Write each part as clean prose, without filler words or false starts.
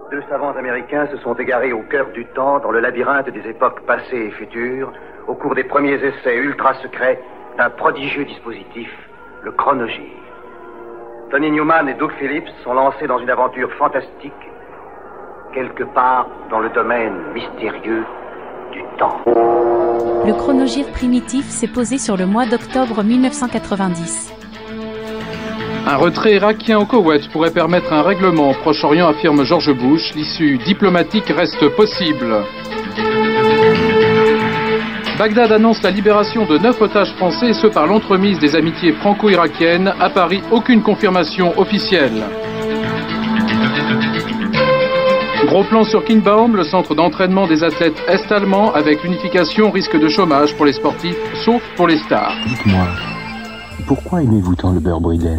Deux savants américains se sont égarés au cœur du temps, dans le labyrinthe des époques passées et futures, au cours des premiers essais ultra secrets d'un prodigieux dispositif, le chronogir. Tony Newman et Doug Phillips sont lancés dans une aventure fantastique, quelque part dans le domaine mystérieux du temps. Le chronogir primitif s'est posé sur le mois d'octobre 1990. Un retrait irakien au Koweït pourrait permettre un règlement au Proche-Orient, affirme George Bush. L'issue diplomatique reste possible. Bagdad annonce la libération de 9 otages français, et ce par l'entremise des amitiés franco-irakiennes. À Paris, aucune confirmation officielle. Gros plan sur Kienbaum, le centre d'entraînement des athlètes est-allemands. Avec l'unification, risque de chômage pour les sportifs, sauf pour les stars. Dites-moi, pourquoi aimez-vous tant le beurre Bridel ?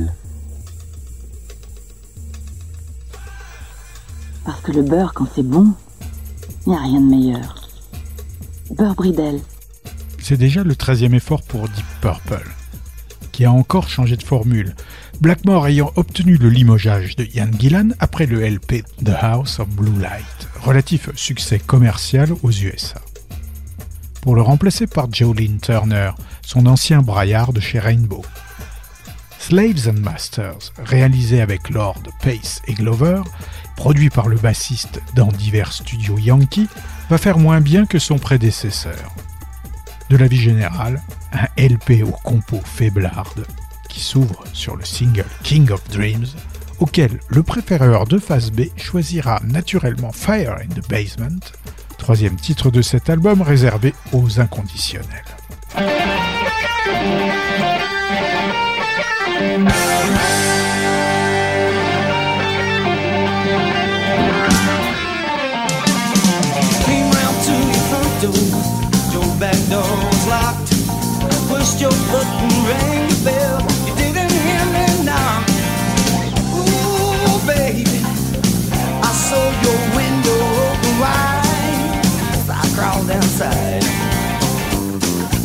Parce que le beurre, quand c'est bon, il n'y a rien de meilleur. Beurre Bridel. C'est déjà le 13e effort pour Deep Purple, qui a encore changé de formule, Blackmore ayant obtenu le limogeage de Ian Gillan après le LP The House of Blue Light, relatif succès commercial aux USA. Pour le remplacer par Jolene Turner, son ancien braillard de chez Rainbow. Slaves and Masters, réalisé avec Lord, Pace et Glover, produit par le bassiste dans divers studios Yankee, va faire moins bien que son prédécesseur. De la vie générale, un LP aux compos faiblardes qui s'ouvre sur le single King of Dreams, auquel le préféreur de face B choisira naturellement Fire in the Basement, troisième titre de cet album réservé aux inconditionnels. Back door's locked. Pushed your button, rang the bell. You didn't hear me knock. Ooh, baby, I saw your window open wide. I crawled outside.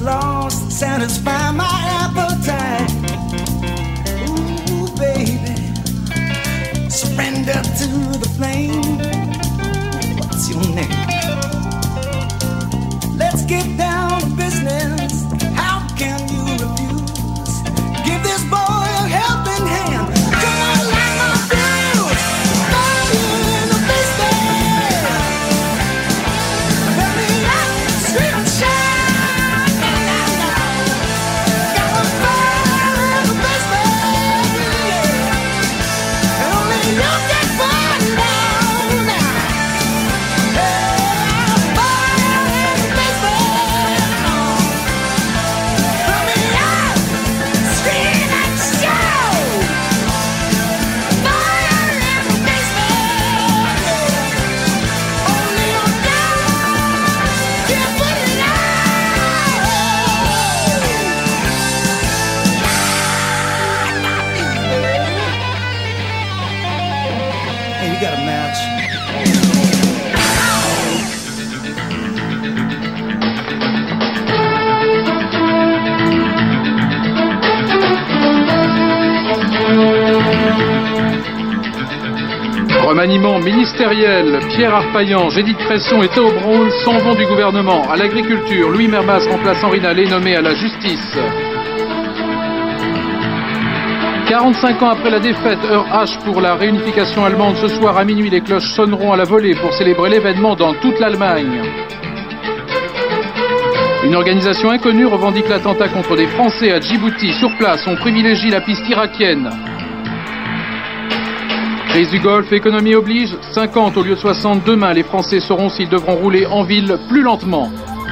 lost, satisfy my appetite. Ooh, baby, surrender to the flame. What's your name? Let's get down to business. How can you refuse? Give this boy a helping hand. Come on, like my fuse. Fire in the basement. Let me out, sweet and shine. Got a fire in the basement. And only you can find it out now. Remaniement ministériel, Pierre Arpaillan, Gédith Cresson et Théo Braun s'en vont du gouvernement. À l'agriculture, Louis Mermas remplace Henri Nallet, nommé à la justice. 45 ans après la défaite, heure H pour la réunification allemande. Ce soir à minuit, les cloches sonneront à la volée pour célébrer l'événement dans toute l'Allemagne. Une organisation inconnue revendique l'attentat contre des Français à Djibouti. Sur place, on privilégie la piste irakienne. Crise du Golfe, économie oblige, 50 au lieu de 60. Demain, les Français sauront s'ils devront rouler en ville plus lentement.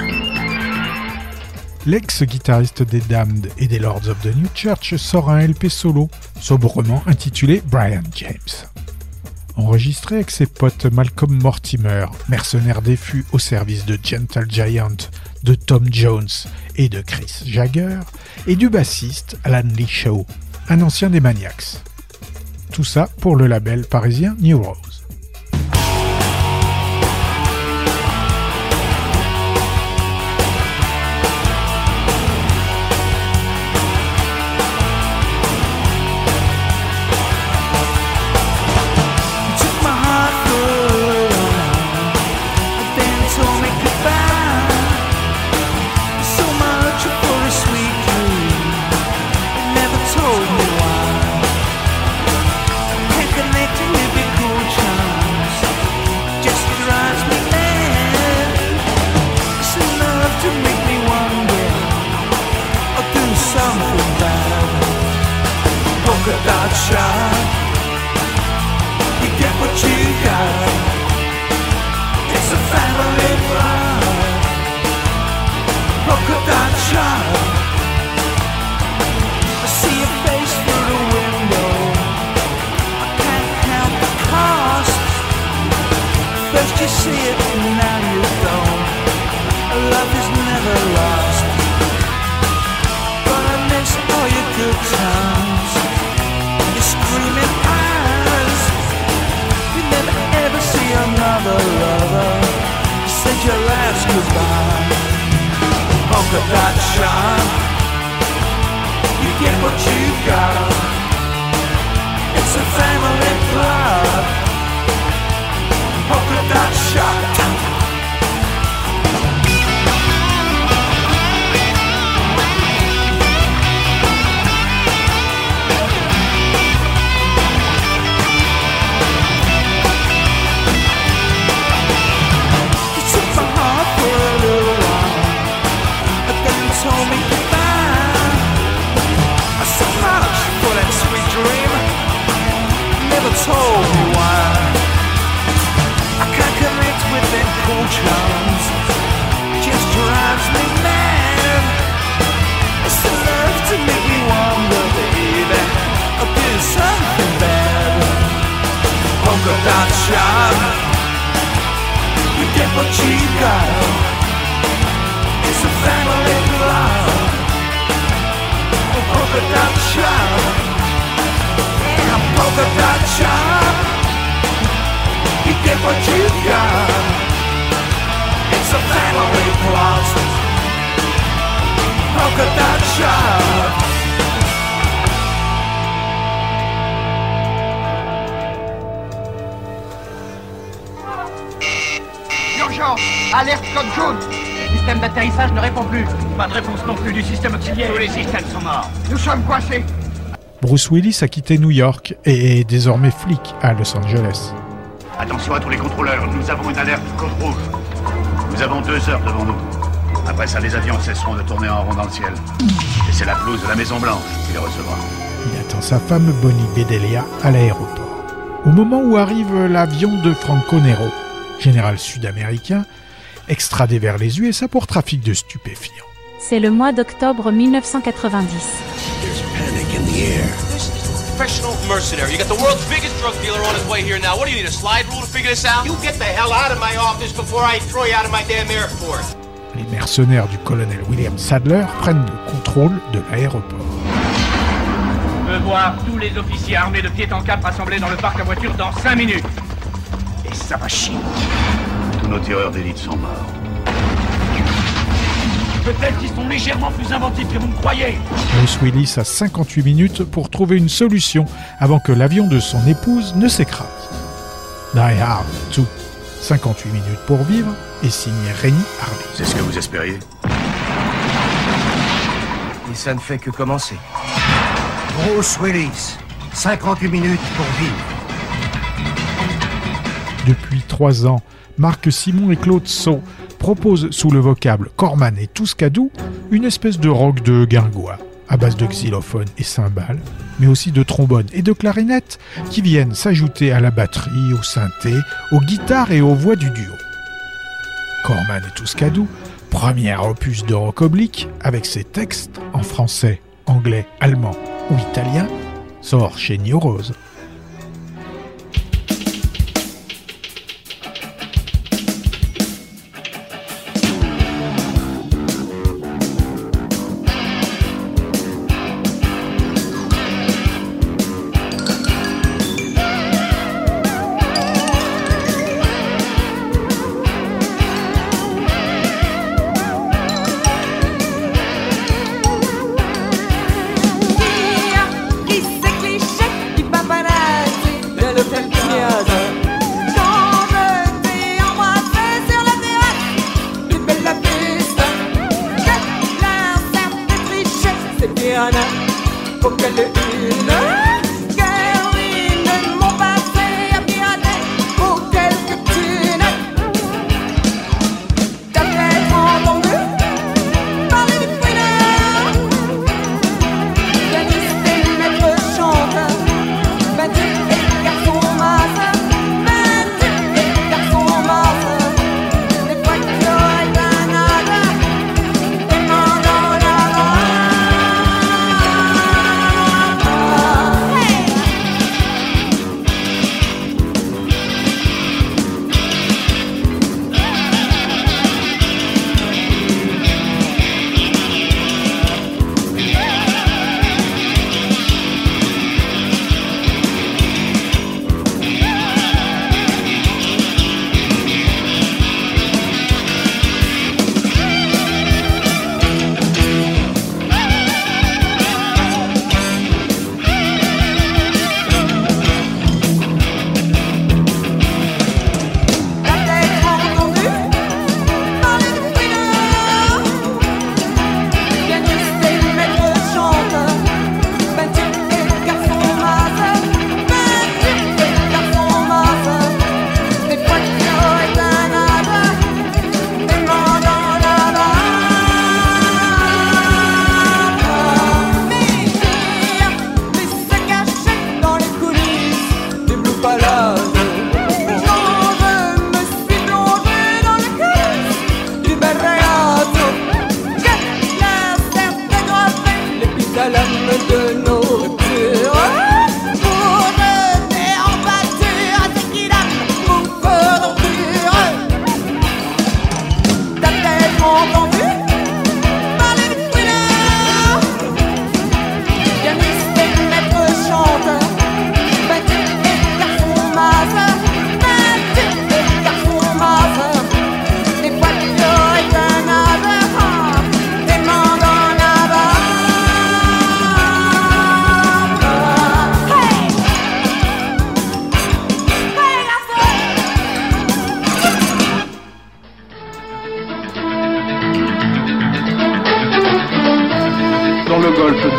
L'ex-guitariste des Damned et des Lords of the New Church sort un LP solo, sobrement intitulé Brian James. Enregistré avec ses potes Malcolm Mortimer, mercenaire défus au service de Gentle Giant, de Tom Jones et de Chris Jagger, et du bassiste Alan Lee Shaw, un ancien des Maniacs. Tout ça pour le label parisien New Rose. chance. Alerte code jaune. Le système d'atterrissage ne répond plus. Pas de réponse non plus du système auxiliaire. Tous les systèmes sont morts. Nous sommes coincés. Bruce Willis a quitté New York et est désormais flic à Los Angeles. Attention à tous les contrôleurs, nous avons une alerte code rouge. Nous avons 2 heures devant nous. Après ça, les avions cesseront de tourner en rond dans le ciel. Et c'est la pelouse de la Maison Blanche qui les recevra. Il attend sa femme Bonnie Bedelia à l'aéroport. Au moment où arrive l'avion de Franco Nero, général sud-américain, extradé vers les USA pour trafic de stupéfiants. C'est le mois d'octobre 1990. Professional mercenary. You got the world's biggest drug dealer on his way here now. What do you need, a slide rule to figure this out? You get the hell out of my office before I throw you out of my damn airport. Les mercenaires du colonel William Sadler prennent le contrôle de l'aéroport. Je veux voir tous les officiers armés de pied en cap rassemblés dans le parc à voitures dans 5 minutes. Et ça va chier. Tous nos tireurs d'élite sont morts. Peut-être qu'ils sont légèrement plus inventifs que vous ne croyez. Bruce Willis a 58 minutes pour trouver une solution avant que l'avion de son épouse ne s'écrase. Die Hard 2, 58 minutes pour vivre, est signé Rennie Harvey. C'est ce que vous espériez? Et ça ne fait que commencer. Bruce Willis, 58 minutes pour vivre. Depuis 3 ans, Marc Simon et Claude Sceaux proposent sous le vocable Corman et Touskadou une espèce de rock de guingois, à base de xylophone et cymbales, mais aussi de trombone et de clarinette qui viennent s'ajouter à la batterie, au synthé, aux guitares et aux voix du duo. Corman et Touskadou, premier opus de rock oblique avec ses textes en français, anglais, allemand ou italien, sort chez New Rose.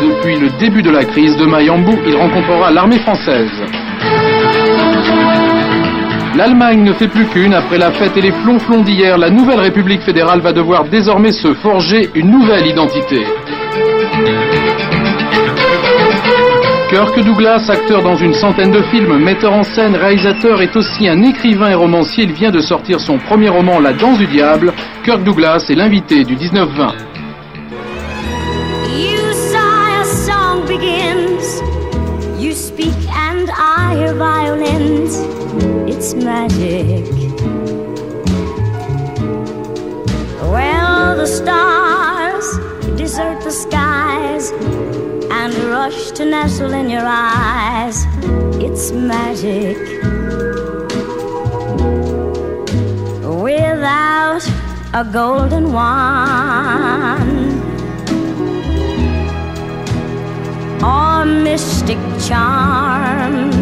Depuis le début de la crise de Mayambou, il rencontrera l'armée française. L'Allemagne ne fait plus qu'une. Après la fête et les flonflons d'hier, la nouvelle République fédérale va devoir désormais se forger une nouvelle identité. Kirk Douglas, acteur dans une centaine de films, metteur en scène, réalisateur, est aussi un écrivain et romancier. Il vient de sortir son premier roman, La Danse du Diable. Kirk Douglas est l'invité du 19-20. You sigh, a song begins. You speak and I hear violins. It's magic. Well, the stars desert the skies and rush to nestle in your eyes. It's magic. Without a golden wand or mystic charms.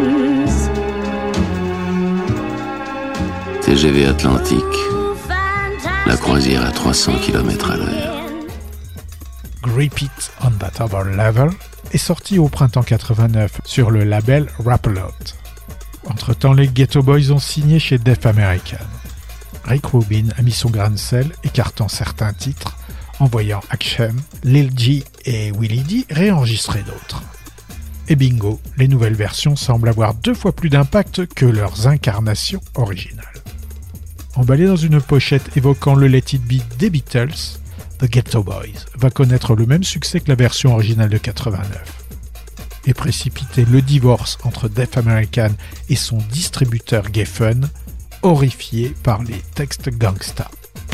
TGV Atlantique, la croisière à 300 km à l'heure. Grip It on That Other Level est sorti au printemps 89 sur le label Rap-A-Lot. Entre-temps, les Ghetto Boys ont signé chez Def American. Rick Rubin a mis son grain de sel, écartant certains titres, en voyant Action, Lil G et Willie D réenregistrer d'autres. Et bingo, les nouvelles versions semblent avoir 2 fois plus d'impact que leurs incarnations originales. Emballé dans une pochette évoquant le Let It Be des Beatles, The Ghetto Boys va connaître le même succès que la version originale de 89. Et précipiter le divorce entre Def American et son distributeur Geffen, horrifié par les textes gangsta.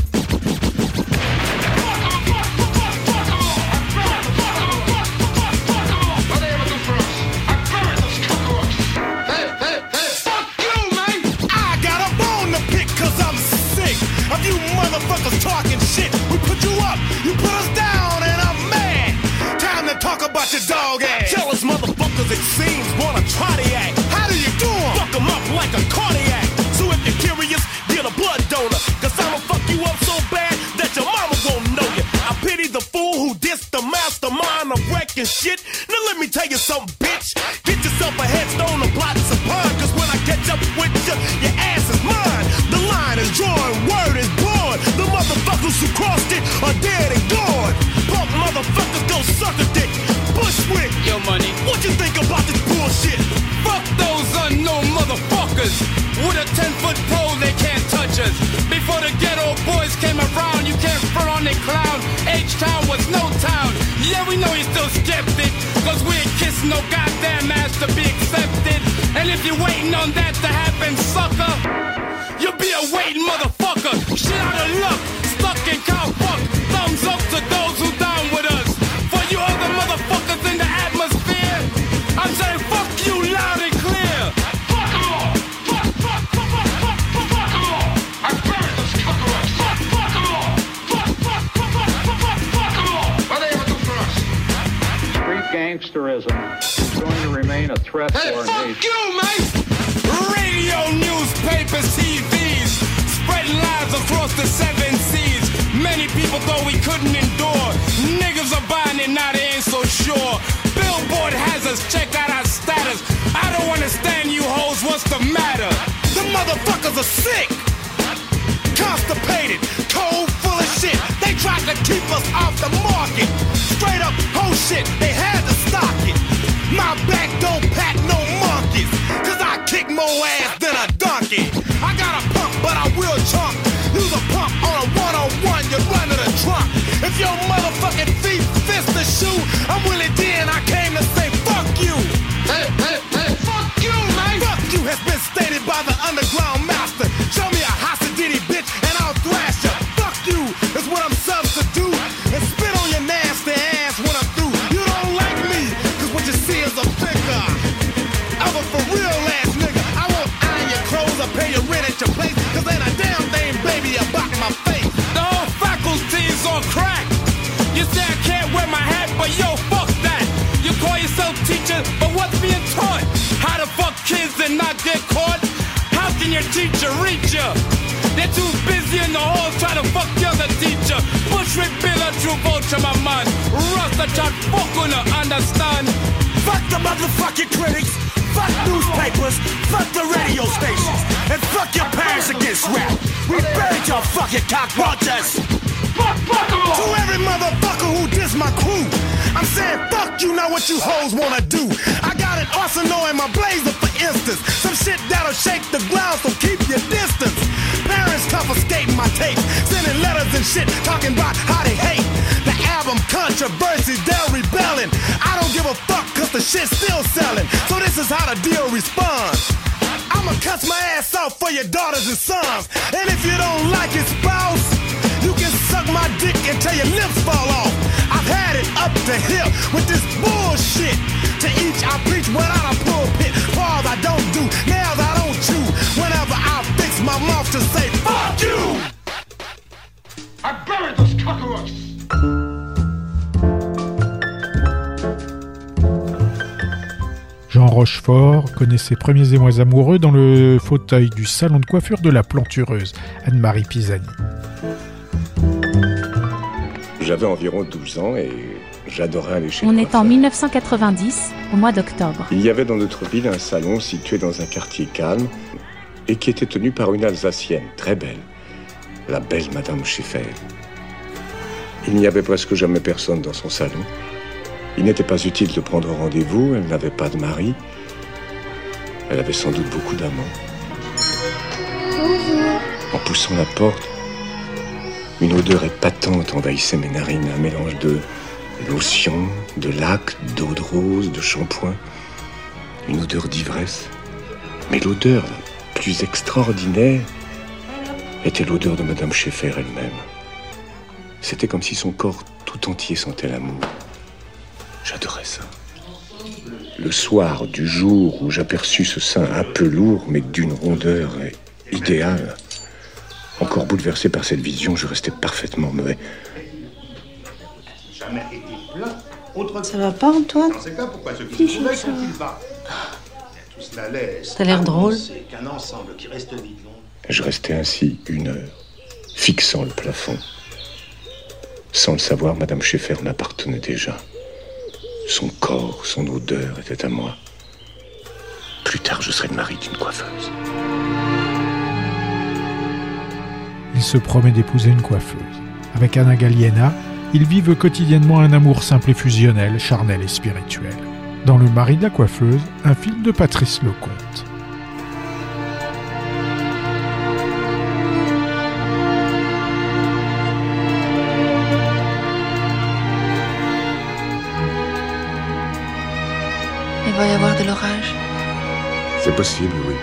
You motherfuckers talking shit. We put you up, you put us down, and I'm mad. Time to talk about your dog ass. Jealous motherfuckers, it seems, wanna try the act. How do you do 'em? Fuck 'em up like a cardiac. So if you're curious, get a blood donor. Cause I'ma fuck you up so bad that your mama won't know you. I pity the fool who dissed the mastermind of wrecking shit. Now let me tell you something, bitch. Get yourself a headstone and plot some pine. Cause when I catch up with you, your ass is mine. The line is drawn, word is born. The motherfuckers who crossed it are dead and gone. Punk motherfuckers go suck a dick. Bushwick, yo money, what you think about this bullshit? Fuck those unknown motherfuckers. With a 10-foot pole, they can't touch us. Before the ghetto boys came around, you can't front on the clown. H-Town was no town. Yeah, we know you're still skeptic, cause we ain't kissing no goddamn ass to be accepted. And if you're waiting on that to happen, sucker, you'll be a waiting motherfucker. Shit out of luck, stuck in cow fuck. Thumbs up to those who down with us. For you other motherfuckers in the atmosphere, I'm saying fuck you loud and clear. Fuck em all. Fuck em all. I buried those cockroaches. Fuck em all. Fuck em all. What are they ever do for us? Street gangsterism is going to remain a threat to our nation. Fuck you, mate! Radio, newspapers, TVs, spreading lies across the 7 seas. Many people thought we couldn't endure. Niggas are buying it, now they ain't so sure. Billboard has us, check out our status. I don't understand you hoes, what's the matter? The motherfuckers are sick, constipated, cold, full of shit. They tried to keep us off the market. Straight up whole shit, they had to stock it. My back don't pack no monkeys, cause I kick more ass than a donkey. I got a pump, but I will chunk. Use a pump on a one-on-one, you run to the trunk. If your motherfucking feet fist the shoe, I'm Willie D and I came to say fuck you. Hey, fuck you, man. Fuck you has been stated by the underground master. Show me a Hasidini bitch and I'll thrash ya. Fuck you is what I'm substitute. And spit on your nasty ass when I'm through. You don't like me, cause what you see is a figure of a for real ass nigga. I won't iron your clothes or pay your rent at your place, cause ain't a damn thing, baby, about my face. The whole faculty's on crack. You say I can't wear my hat, but yo, fuck that. You call yourself teacher, but what's being taught? How to fuck kids and not get caught? How can your teacher reach you? They're too busy in the halls trying to fuck the other teacher. Bush repealer, true vulture, my man. Rasta chat, fuck gonna understand. Fuck the motherfucking critics. Fuck newspapers, fuck the radio stations, and fuck your parents against rap. We buried your fucking cockroaches. Fuck to every motherfucker who diss my crew, I'm saying fuck you, know what you hoes wanna do. I got an arsenal in my blazer, for instance. Some shit that'll shake the ground, so keep your distance. Parents confiscating my tapes, sending letters and shit, talking about how they hate. The album Controversy, they're rebelling. I don't give a fuck, cause the shit's still selling. So this is how the deal responds. I'ma cuss my ass off for your daughters and sons. And if you don't like it, spouse, you can suck my dick until your lips fall off. I've had it up to here with this bullshit. To each I preach without a pulpit. Paws I don't do, nails I don't chew. Whenever I fix my mouth to say fuck you, I buried those cockroaches. Jean Rochefort connaît ses premiers émois amoureux dans le fauteuil du salon de coiffure de la plantureuse, Anne-Marie Pisani. J'avais environ 12 ans et j'adorais aller chez On le est en 1990, au mois d'octobre. Il y avait dans notre ville un salon situé dans un quartier calme et qui était tenu par une Alsacienne très belle, la belle Madame Schaeffer. Il n'y avait presque jamais personne dans son salon. Il n'était pas utile de prendre rendez-vous, elle n'avait pas de mari. Elle avait sans doute beaucoup d'amants. En poussant la porte, une odeur épatante envahissait mes narines, un mélange de lotion, de lac, d'eau de rose, de shampoing. Une odeur d'ivresse. Mais l'odeur la plus extraordinaire était l'odeur de Madame Schaeffer elle-même. C'était comme si son corps tout entier sentait l'amour. J'adorais ça. Le soir du jour où j'aperçus ce sein un peu lourd, mais d'une rondeur idéale, encore bouleversé par cette vision, je restais parfaitement muet. Ça va pas, Antoine? Si, ça va. T'as l'air drôle. Je restais ainsi 1 heure, fixant le plafond. Sans le savoir, Madame Schaeffer m'appartenait déjà. Son corps, son odeur étaient à moi. Plus tard, je serai le mari d'une coiffeuse. Il se promet d'épouser une coiffeuse. Avec Anna Galliena, ils vivent quotidiennement un amour simple et fusionnel, charnel et spirituel. Dans Le mari de la coiffeuse, un film de Patrice Lecomte. Il va y avoir de l'orage. C'est possible, oui.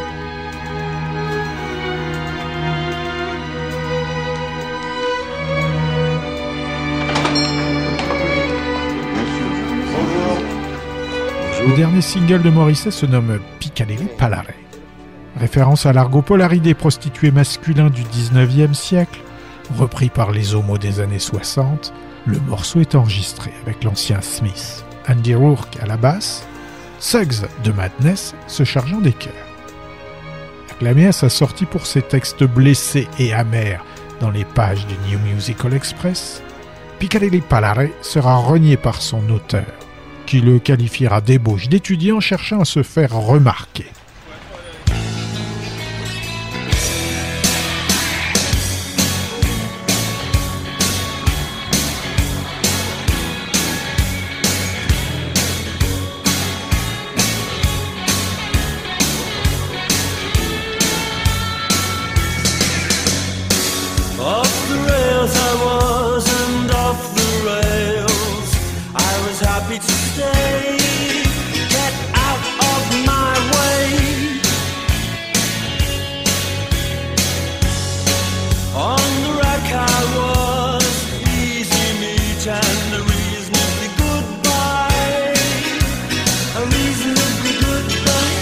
Le dernier single de Morrissey se nomme Piccadilly Palare. Référence à l'argot polari des prostituées masculins du 19e siècle, repris par les homos des années 60, le morceau est enregistré avec l'ancien Smith, Andy Rourke à la basse, Suggs de Madness se chargeant des chœurs. Acclamé à sa sortie pour ses textes blessés et amers dans les pages du New Musical Express, Piccadilly Palare sera renié par son auteur, qui le qualifiera d'ébauche d'étudiant cherchant à se faire remarquer. Off the rails I was, and off the rails I was happy to stay. Get out of my way. On the rack I was, easy meat and a reasonably goodbye. A reasonably goodbye.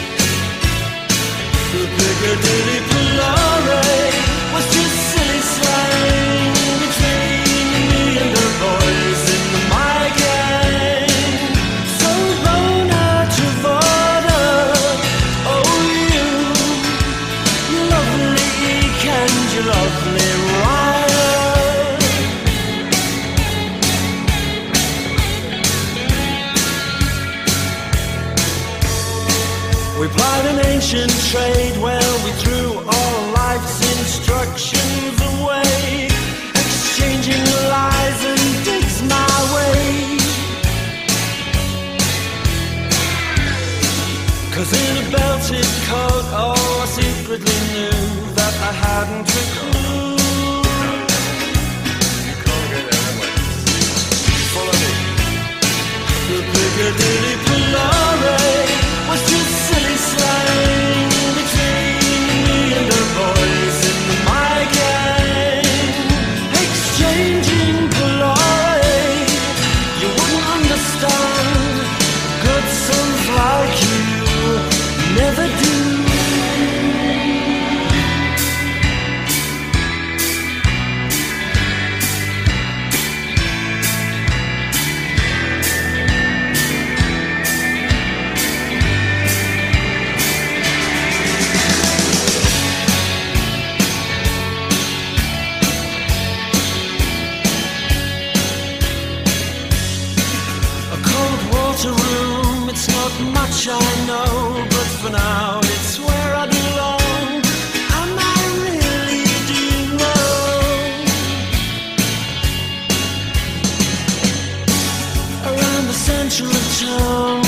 The Piccadilly Palare was just silly slang between me and the boys in my gang. So Bona Travada, oh you lovely, and you lovely riot. ocean trade where we threw all life's instructions away, exchanging lies and digs my way. 'Cause in a belted coat, oh, I secretly knew that I hadn't a clue. Follow me. The Piccadilly Parade was just silly slang between me and the boys in my gang. Exchanging glory, you wouldn't understand. Good sons like you never do. Much I know, but for now it's where I belong. And I really do know. Around the center of town,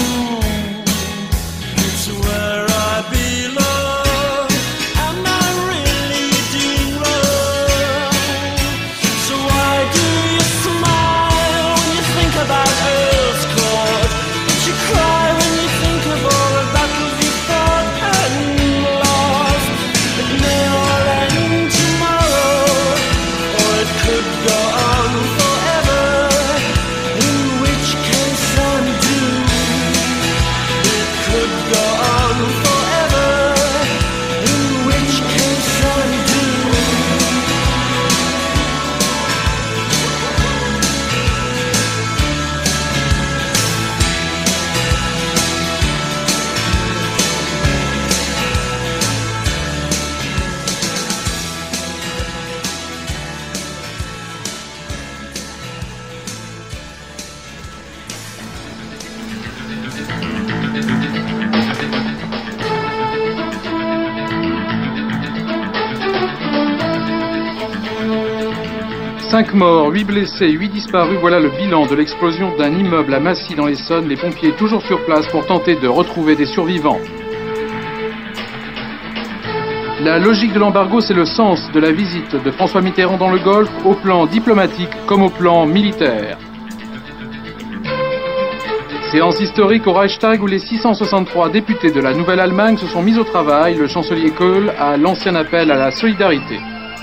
it's where I belong. And I really do know. So why do you smile when you think about Earl's Court? Don't you cry when you think of all the battles you fought and lost? It may all end tomorrow, or it could go on forever, in which case I'm doomed. It could go on forever, in which case I'm doomed. Cinq morts, 8 blessés, 8 disparus, voilà le bilan de l'explosion d'un immeuble à Massy dans l'Essonne. Les pompiers toujours sur place pour tenter de retrouver des survivants. La logique de l'embargo, c'est le sens de la visite de François Mitterrand dans le Golfe, au plan diplomatique comme au plan militaire. Séance historique au Reichstag où les 663 députés de la Nouvelle-Allemagne se sont mis au travail. Le chancelier Kohl a lancé un appel à la solidarité.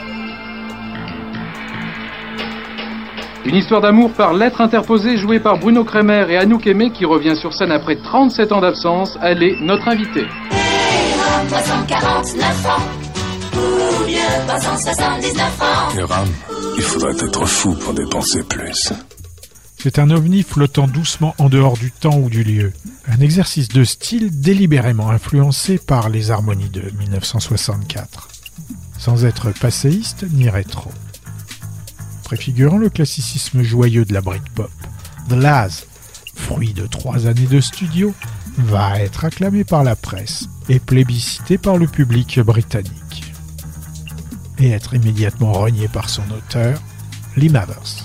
Une histoire d'amour par lettre interposée jouée par Bruno Kremer et Anouk Aimé qui revient sur scène après 37 ans d'absence. Elle est notre invitée. 349 ans, ou bien 379 ans. Yoram, il faudrait être fou pour dépenser plus. C'est un ovni flottant doucement en dehors du temps ou du lieu. Un exercice de style délibérément influencé par les harmonies de 1964. Sans être passéiste ni rétro. Préfigurant le classicisme joyeux de la Britpop, The Laz, fruit de 3 années de studio, va être acclamé par la presse et plébiscité par le public britannique. Et être immédiatement renié par son auteur, Lee Mathers.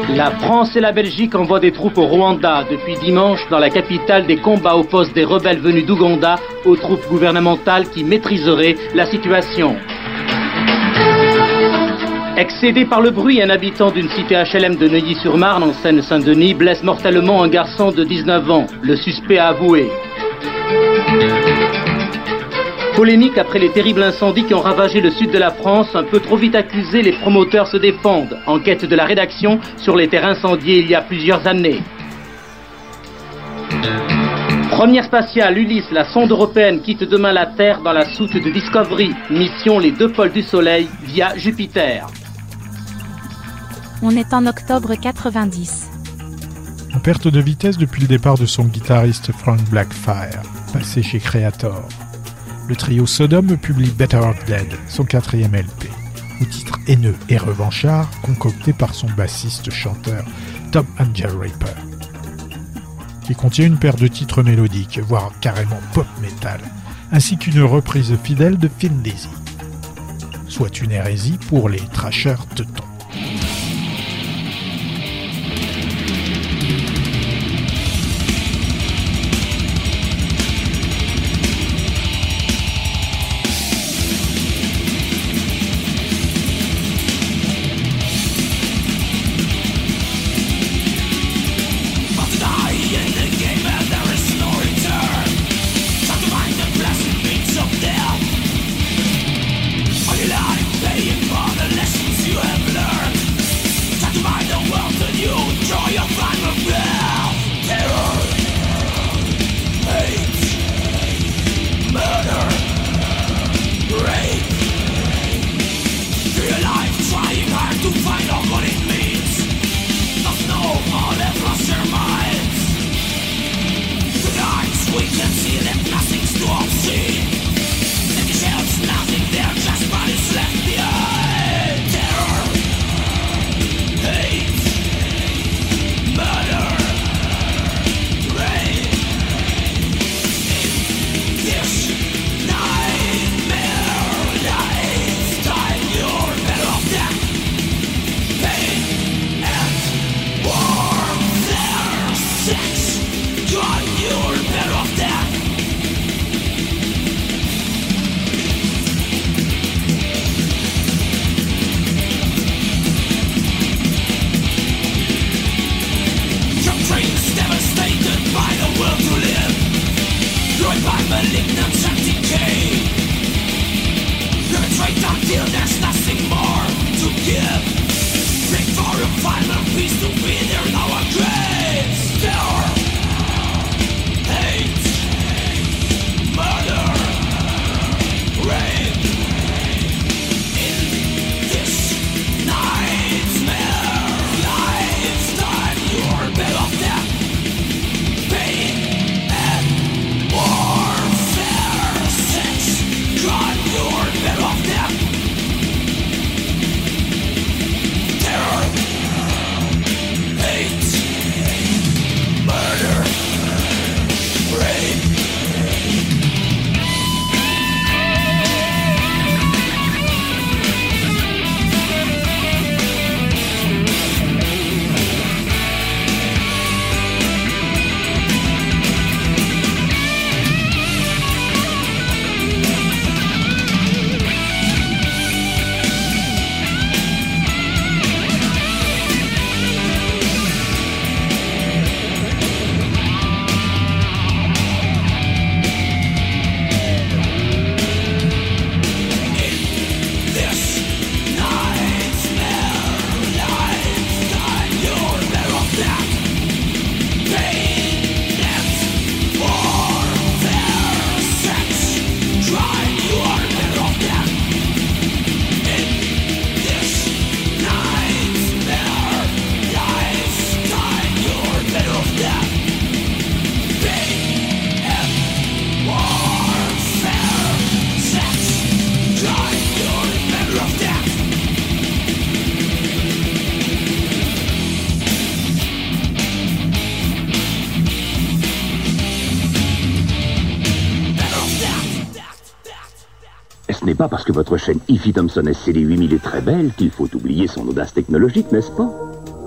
La France et la Belgique envoient des troupes au Rwanda depuis dimanche dans la capitale des combats opposent des rebelles venus d'Ouganda aux troupes gouvernementales qui maîtriseraient la situation. Excédé par le bruit, un habitant d'une cité HLM de Neuilly-sur-Marne en Seine-Saint-Denis blesse mortellement un garçon de 19 ans. Le suspect a avoué. Polémique après les terribles incendies qui ont ravagé le sud de la France, un peu trop vite accusés, les promoteurs se défendent. Enquête de la rédaction sur les terres incendiés il y a plusieurs années. Première spatiale, Ulysse, la sonde européenne quitte demain la Terre dans la soute de Discovery. Mission les 2 pôles du Soleil via Jupiter. On est en octobre 90. En perte de vitesse depuis le départ de son guitariste Frank Blackfire, passé chez Creator. Le trio Sodom publie Better Off Dead, son 4e LP, au titre haineux et revanchard concocté par son bassiste-chanteur Tom Angel Reaper, qui contient une paire de titres mélodiques, voire carrément pop metal, ainsi qu'une reprise fidèle de Thin Lizzy, soit une hérésie pour les trashers teutons. Ce n'est pas parce que votre chaîne Ify Thompson SCD 8000 est très belle qu'il faut oublier son audace technologique, n'est-ce pas?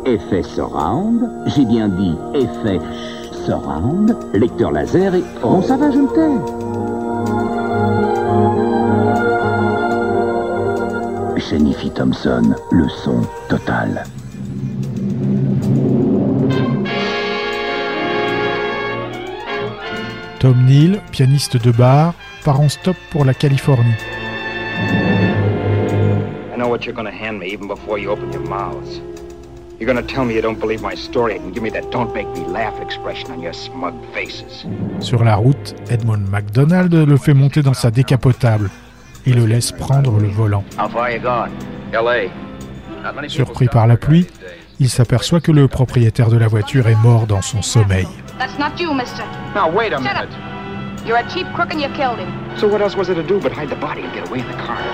effet surround, j'ai bien dit effet surround, lecteur laser et... Oh, ça va, je me tais. Jennifer Thompson, le son total. Tom Neal, pianiste de bar, part en stop pour la Californie. I know what you're gonna hand me even before you open your mouths. You're gonna tell me you don't believe my story and give me that don't make me laugh expression on your smug faces. Sur la route, Edmond McDonald le fait monter dans sa décapotable et le laisse prendre le volant. How far you gone? L.A. Surpris par la pluie, il s'aperçoit que le propriétaire de la voiture est mort dans son sommeil. That's not you, mister. Now, wait a Shut minute. up. You're a cheap crook and you killed him. So what else was there to do but hide the body and get away in the car?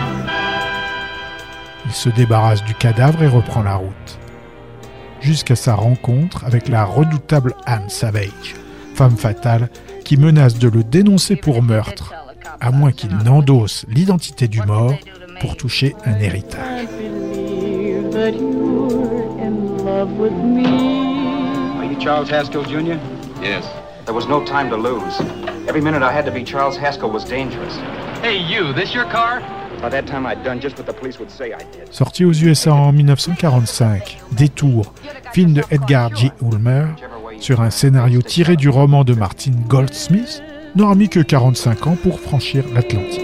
Il se débarrasse du cadavre et reprend la route. Jusqu'à sa rencontre avec la redoutable Anne Savage, femme fatale qui menace de le dénoncer pour meurtre, à moins qu'il n'endosse l'identité du mort pour toucher un héritage. That you're in love with me. Are you Charles Haskell, Jr.? Yes. There was no time to lose. Every minute I had to be Charles Haskell was dangerous. Hey, you, this your car? By that time I'd done just what the police would say I did. Sorti aux USA en 1945, Détour, film de Edgar G. Ulmer, sur un scénario tiré du roman de Martin Goldsmith, n'aura mis que 45 ans pour franchir l'Atlantique.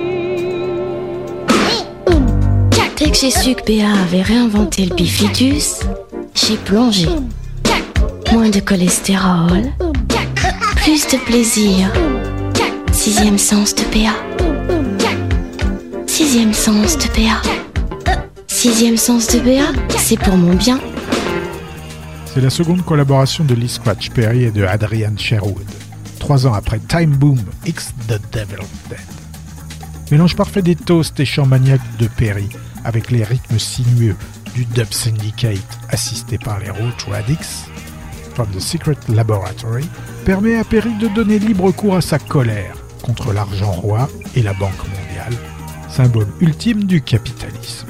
Dès que j'ai su que Béa avait réinventé le bifidus, j'ai plongé. Moins de cholestérol, plus de plaisir. Sixième sens de Béa. Sixième sens de Béa. Sixième sens de Béa, c'est pour mon bien. C'est la seconde collaboration de Lee Scratch Perry et de Adrian Sherwood, 3 ans après Time Boom X The Devil's Dead. Mélange parfait des toasts et chants maniaques de Perry, avec les rythmes sinueux du Dub Syndicate assisté par les Root Radix, From the Secret Laboratory, permet à Perry de donner libre cours à sa colère contre l'argent roi et la Banque mondiale, symbole ultime du capitalisme.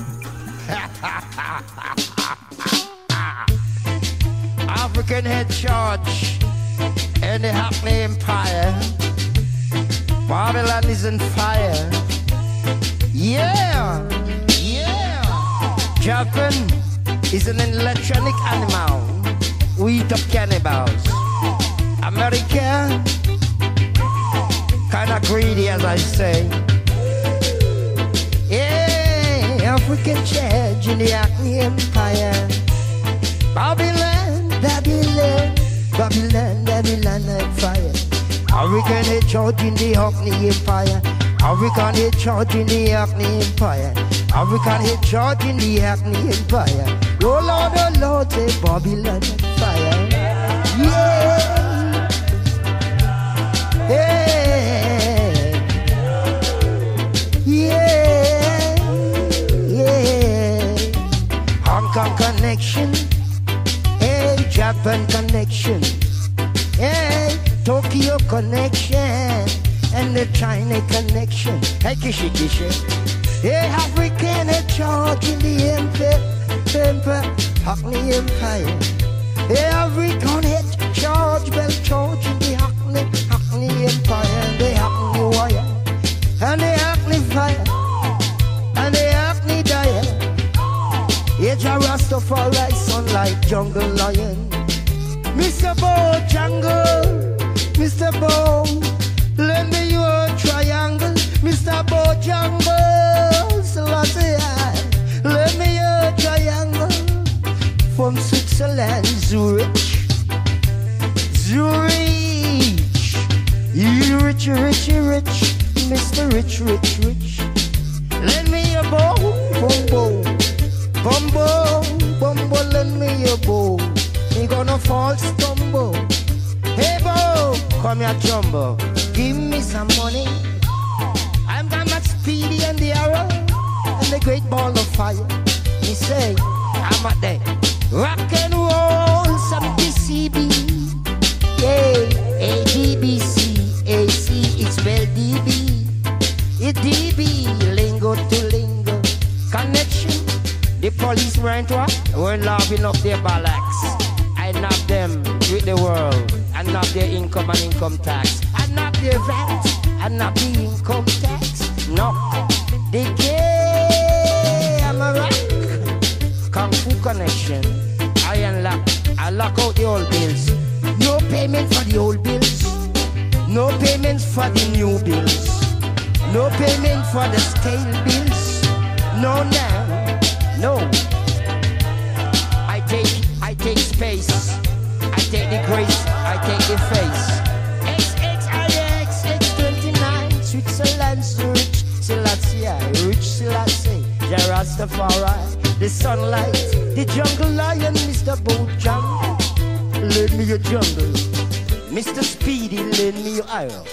African head charge in the Hackney Empire. Babylon is on fire. Yeah! Japan is an electronic animal. We eat up cannibals. America, kinda greedy as I say. Yeah, African charge in the Acme Empire. Babylon, Babylon, Babylon, Babylon on fire. African head charge in the Acme Empire. African head charge in the Acme Empire. African head charge in the Hackney Empire. Oh Lord, say Babylon on fire. Yeah. Hey. Yeah. Yeah. Hong Kong connection. Hey, Japan connection. Hey, Tokyo connection. And the China connection. Hey, kishi kishi. Hey, African head charge in the Empire, Hackney Empire. Hey, African head charge, bell charge in the Hackney Empire. The Hackney wire, and the Hackney fire, and the Hackney dire. It's a Rastafari sunlight jungle lion. Mr. Bo Jungle, Mr. Bo, lend me your triangle, Mr. Bo Jungle. Let me a triangle from Switzerland, Zurich, Zurich. You rich, rich, rich, Mr. Rich, rich, rich. Let me a bow, bumbo, bumbo, bumbo. Let me a bow. Me gonna fall stumble. Hey, bow, come here, jumbo. Give me some money. I'm gonna speedy and the arrow. The great ball of fire. Me say, I'm at there. Rock and roll, some DCB. Yeah, ADBC, AC, it's spelled DB. It DB, lingo to lingo. Connection, the police weren't what? Weren't laughing up their ballocks. I nab them with the world. I nab their income and income tax. I nab their VAT. I nab the income tax. No, decay. I'm a rock. Kung Fu connection. Iron lock. I lock out the old bills. No payment for the old bills. No payments for the new bills. No payment for the scale bills. No, now, no. I take space. I take the grace. I take the face. XXIX, X29, Switzerland's rich Selassie, rich Selassie, the Rastafari, the sunlight, the jungle lion, Mr. Bojang, lend me your jungle. Mr. Speedy, lend me your iron.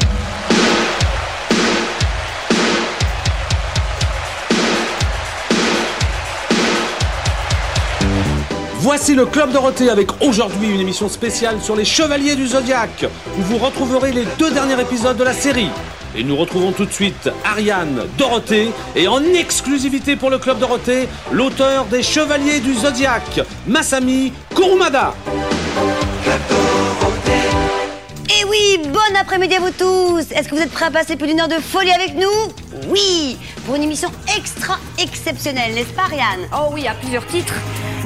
Voici le Club Dorothée avec aujourd'hui une émission spéciale sur les Chevaliers du Zodiaque où vous retrouverez les 2 derniers épisodes de la série. Et nous retrouvons tout de suite Ariane Dorothée et en exclusivité pour le Club Dorothée, l'auteur des Chevaliers du Zodiaque, Masami Kurumada. Et oui, bon après-midi à vous tous. Est-ce que vous êtes prêts à passer plus d'une heure de folie avec nous? Oui, pour une émission extra exceptionnelle, n'est-ce pas Ariane? Oh oui, à plusieurs titres.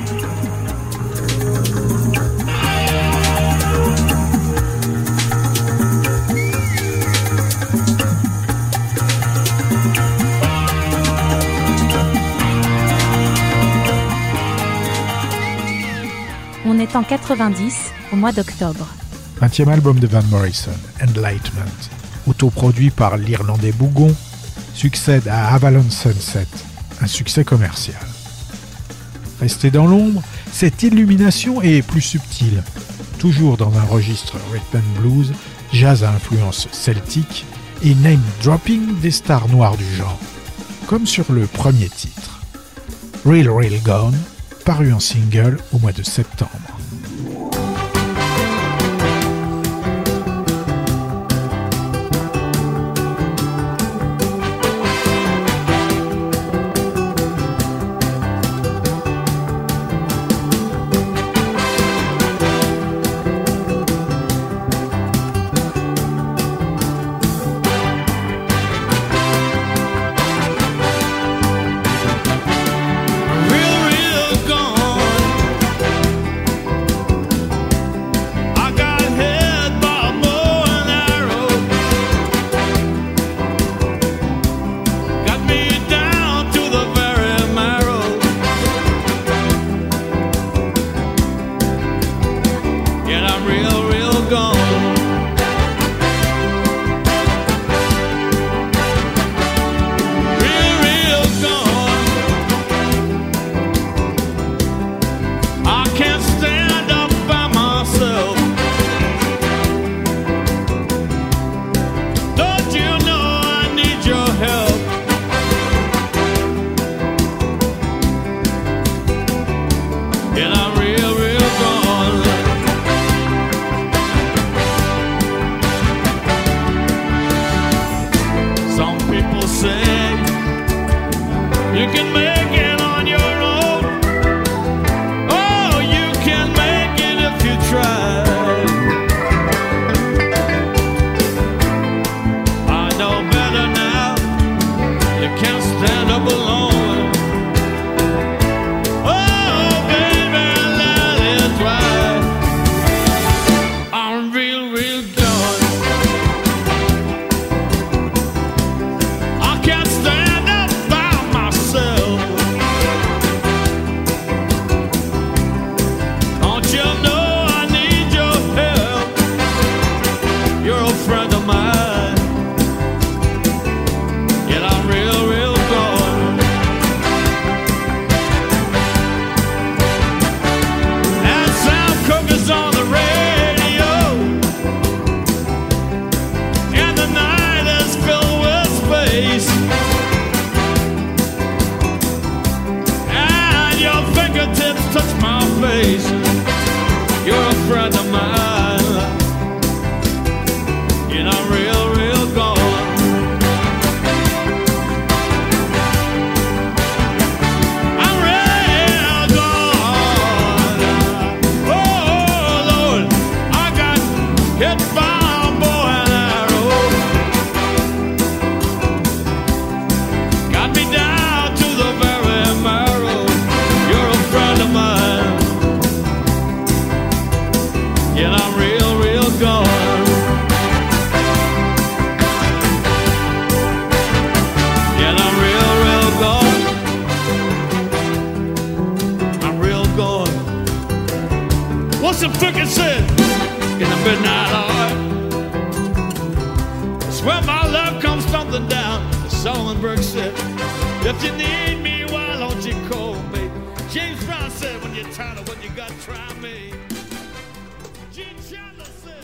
On est en 90, au mois d'octobre. 20e album de Van Morrison, Enlightenment, autoproduit par l'Irlandais Bougon, succède à Avalon Sunset, un succès commercial. Resté dans l'ombre, cette illumination est plus subtile, toujours dans un registre rhythm and blues, jazz à influence celtique et name-dropping des stars noires du genre, comme sur le premier titre. Real Real Gone, paru en single au mois de septembre. Stand up alone. Oh, baby, I love Joseph Dickinson in the midnight hour. It's where my love comes tumbling down. Solomon Burke said, if you need me, why don't you call me? James Brown said, when you're tired of what you got, try me. Gene Chandler said.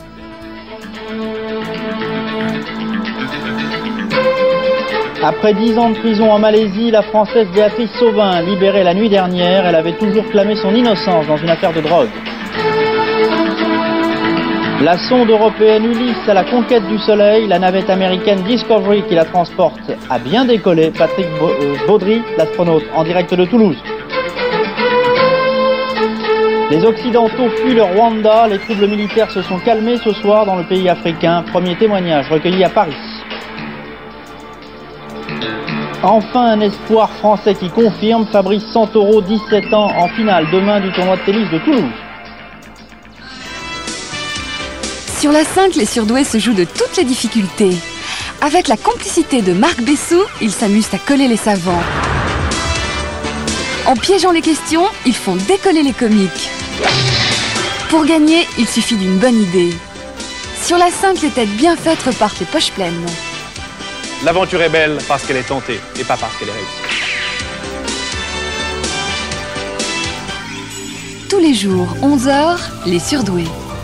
Après 10 ans de prison en Malaisie, la Française Béatrice Sauvin, libérée la nuit dernière, elle avait toujours clamé son innocence dans une affaire de drogue. La sonde européenne Ulysse à la conquête du Soleil, la navette américaine Discovery qui la transporte a bien décollé. Patrick Baudry, l'astronaute, en direct de Toulouse. Les Occidentaux fuient le Rwanda, les troubles militaires se sont calmés ce soir dans le pays africain. Premier témoignage recueilli à Paris. Enfin un espoir français qui confirme, Fabrice Santoro, 17 ans, en finale demain du tournoi de tennis de Toulouse. Sur la 5, les surdoués se jouent de toutes les difficultés. Avec la complicité de Marc Bessou, ils s'amusent à coller les savants. En piégeant les questions, ils font décoller les comiques. Pour gagner, il suffit d'une bonne idée. Sur la 5, les têtes bien faites repartent les poches pleines. L'aventure est belle parce qu'elle est tentée et pas parce qu'elle est réussie. Tous les jours, 11h, les surdoués.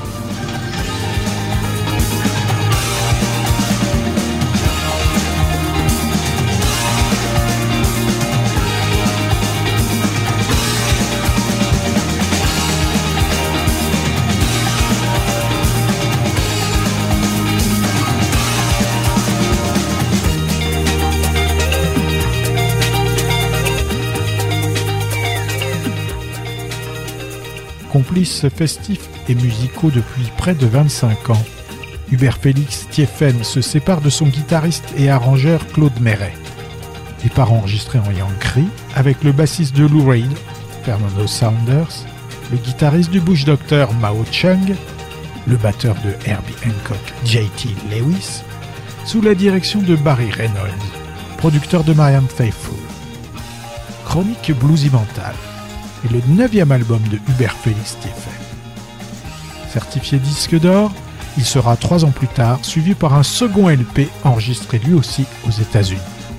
Complices festifs et musicaux depuis près de 25 ans, Hubert Félix Thieffen se sépare de son guitariste et arrangeur Claude Méret. Il part enregistrer en Yankee avec le bassiste de Lou Reed, Fernando Saunders, le guitariste du Bush Doctor Mao Chung, le batteur de Herbie Hancock J.T. Lewis, sous la direction de Barry Reynolds, producteur de Marianne Faithfull. Chronique bluesy mentale est le 9e album de Hubert Félix Thieffen. Certifié disque d'or, il sera 3 ans plus tard suivi par un second LP enregistré lui aussi aux États-Unis.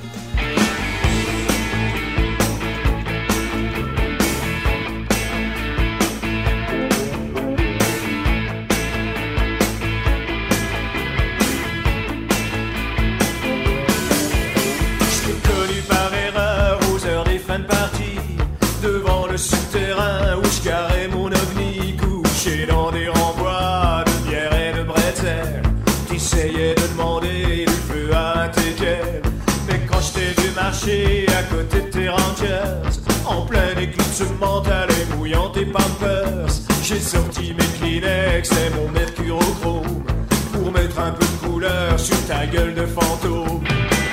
À côté de tes Rangers, en pleine éclipse mentale et mouillant tes Pampers, j'ai sorti mes Kleenex et mon mercurochrome pour mettre un peu de couleur sur ta gueule de fantôme.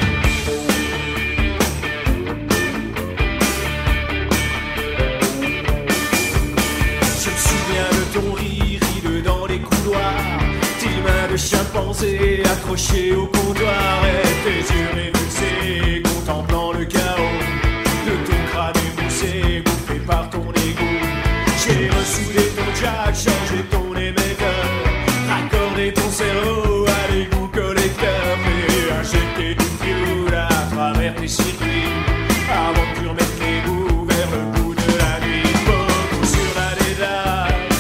Je me souviens de ton rire hideux dans les couloirs, tes mains de chimpanzé accrochées au comptoir et tes yeux révulsés contemplant le chaos de ton crâne émoussé bouffé par ton ego. J'ai ressoudé ton jack, changé ton émetteur, raccordé ton cerveau à l'égout collecteur et injecté du fuel à travers tes circuits avant de tu remettre l'égout vers le bout de la nuit. Beaucoup sur la dédale,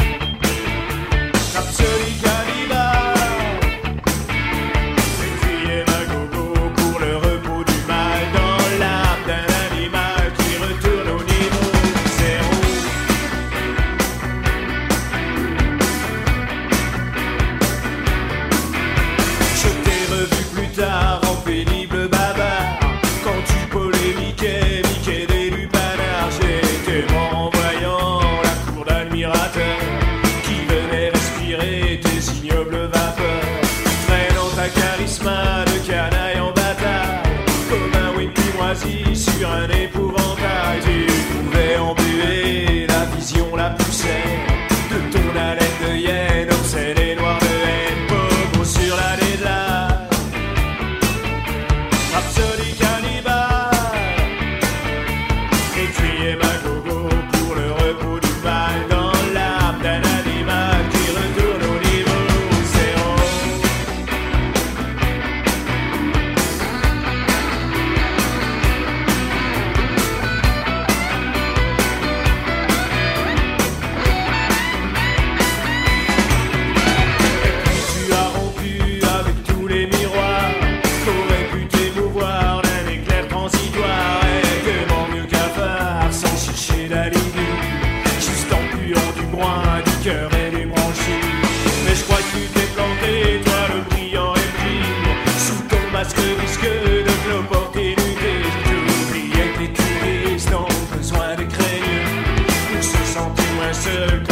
Rhapsody cannibale. d'alibi, juste en puant du brouin, du cœur et des branchies. Mais je crois que tu t'es planté, toi le brillant empire, sous ton masque risqueux de l'opportunité. J'oubliais que les touristes n'ont besoin de craigneux pour se sentir moins seul.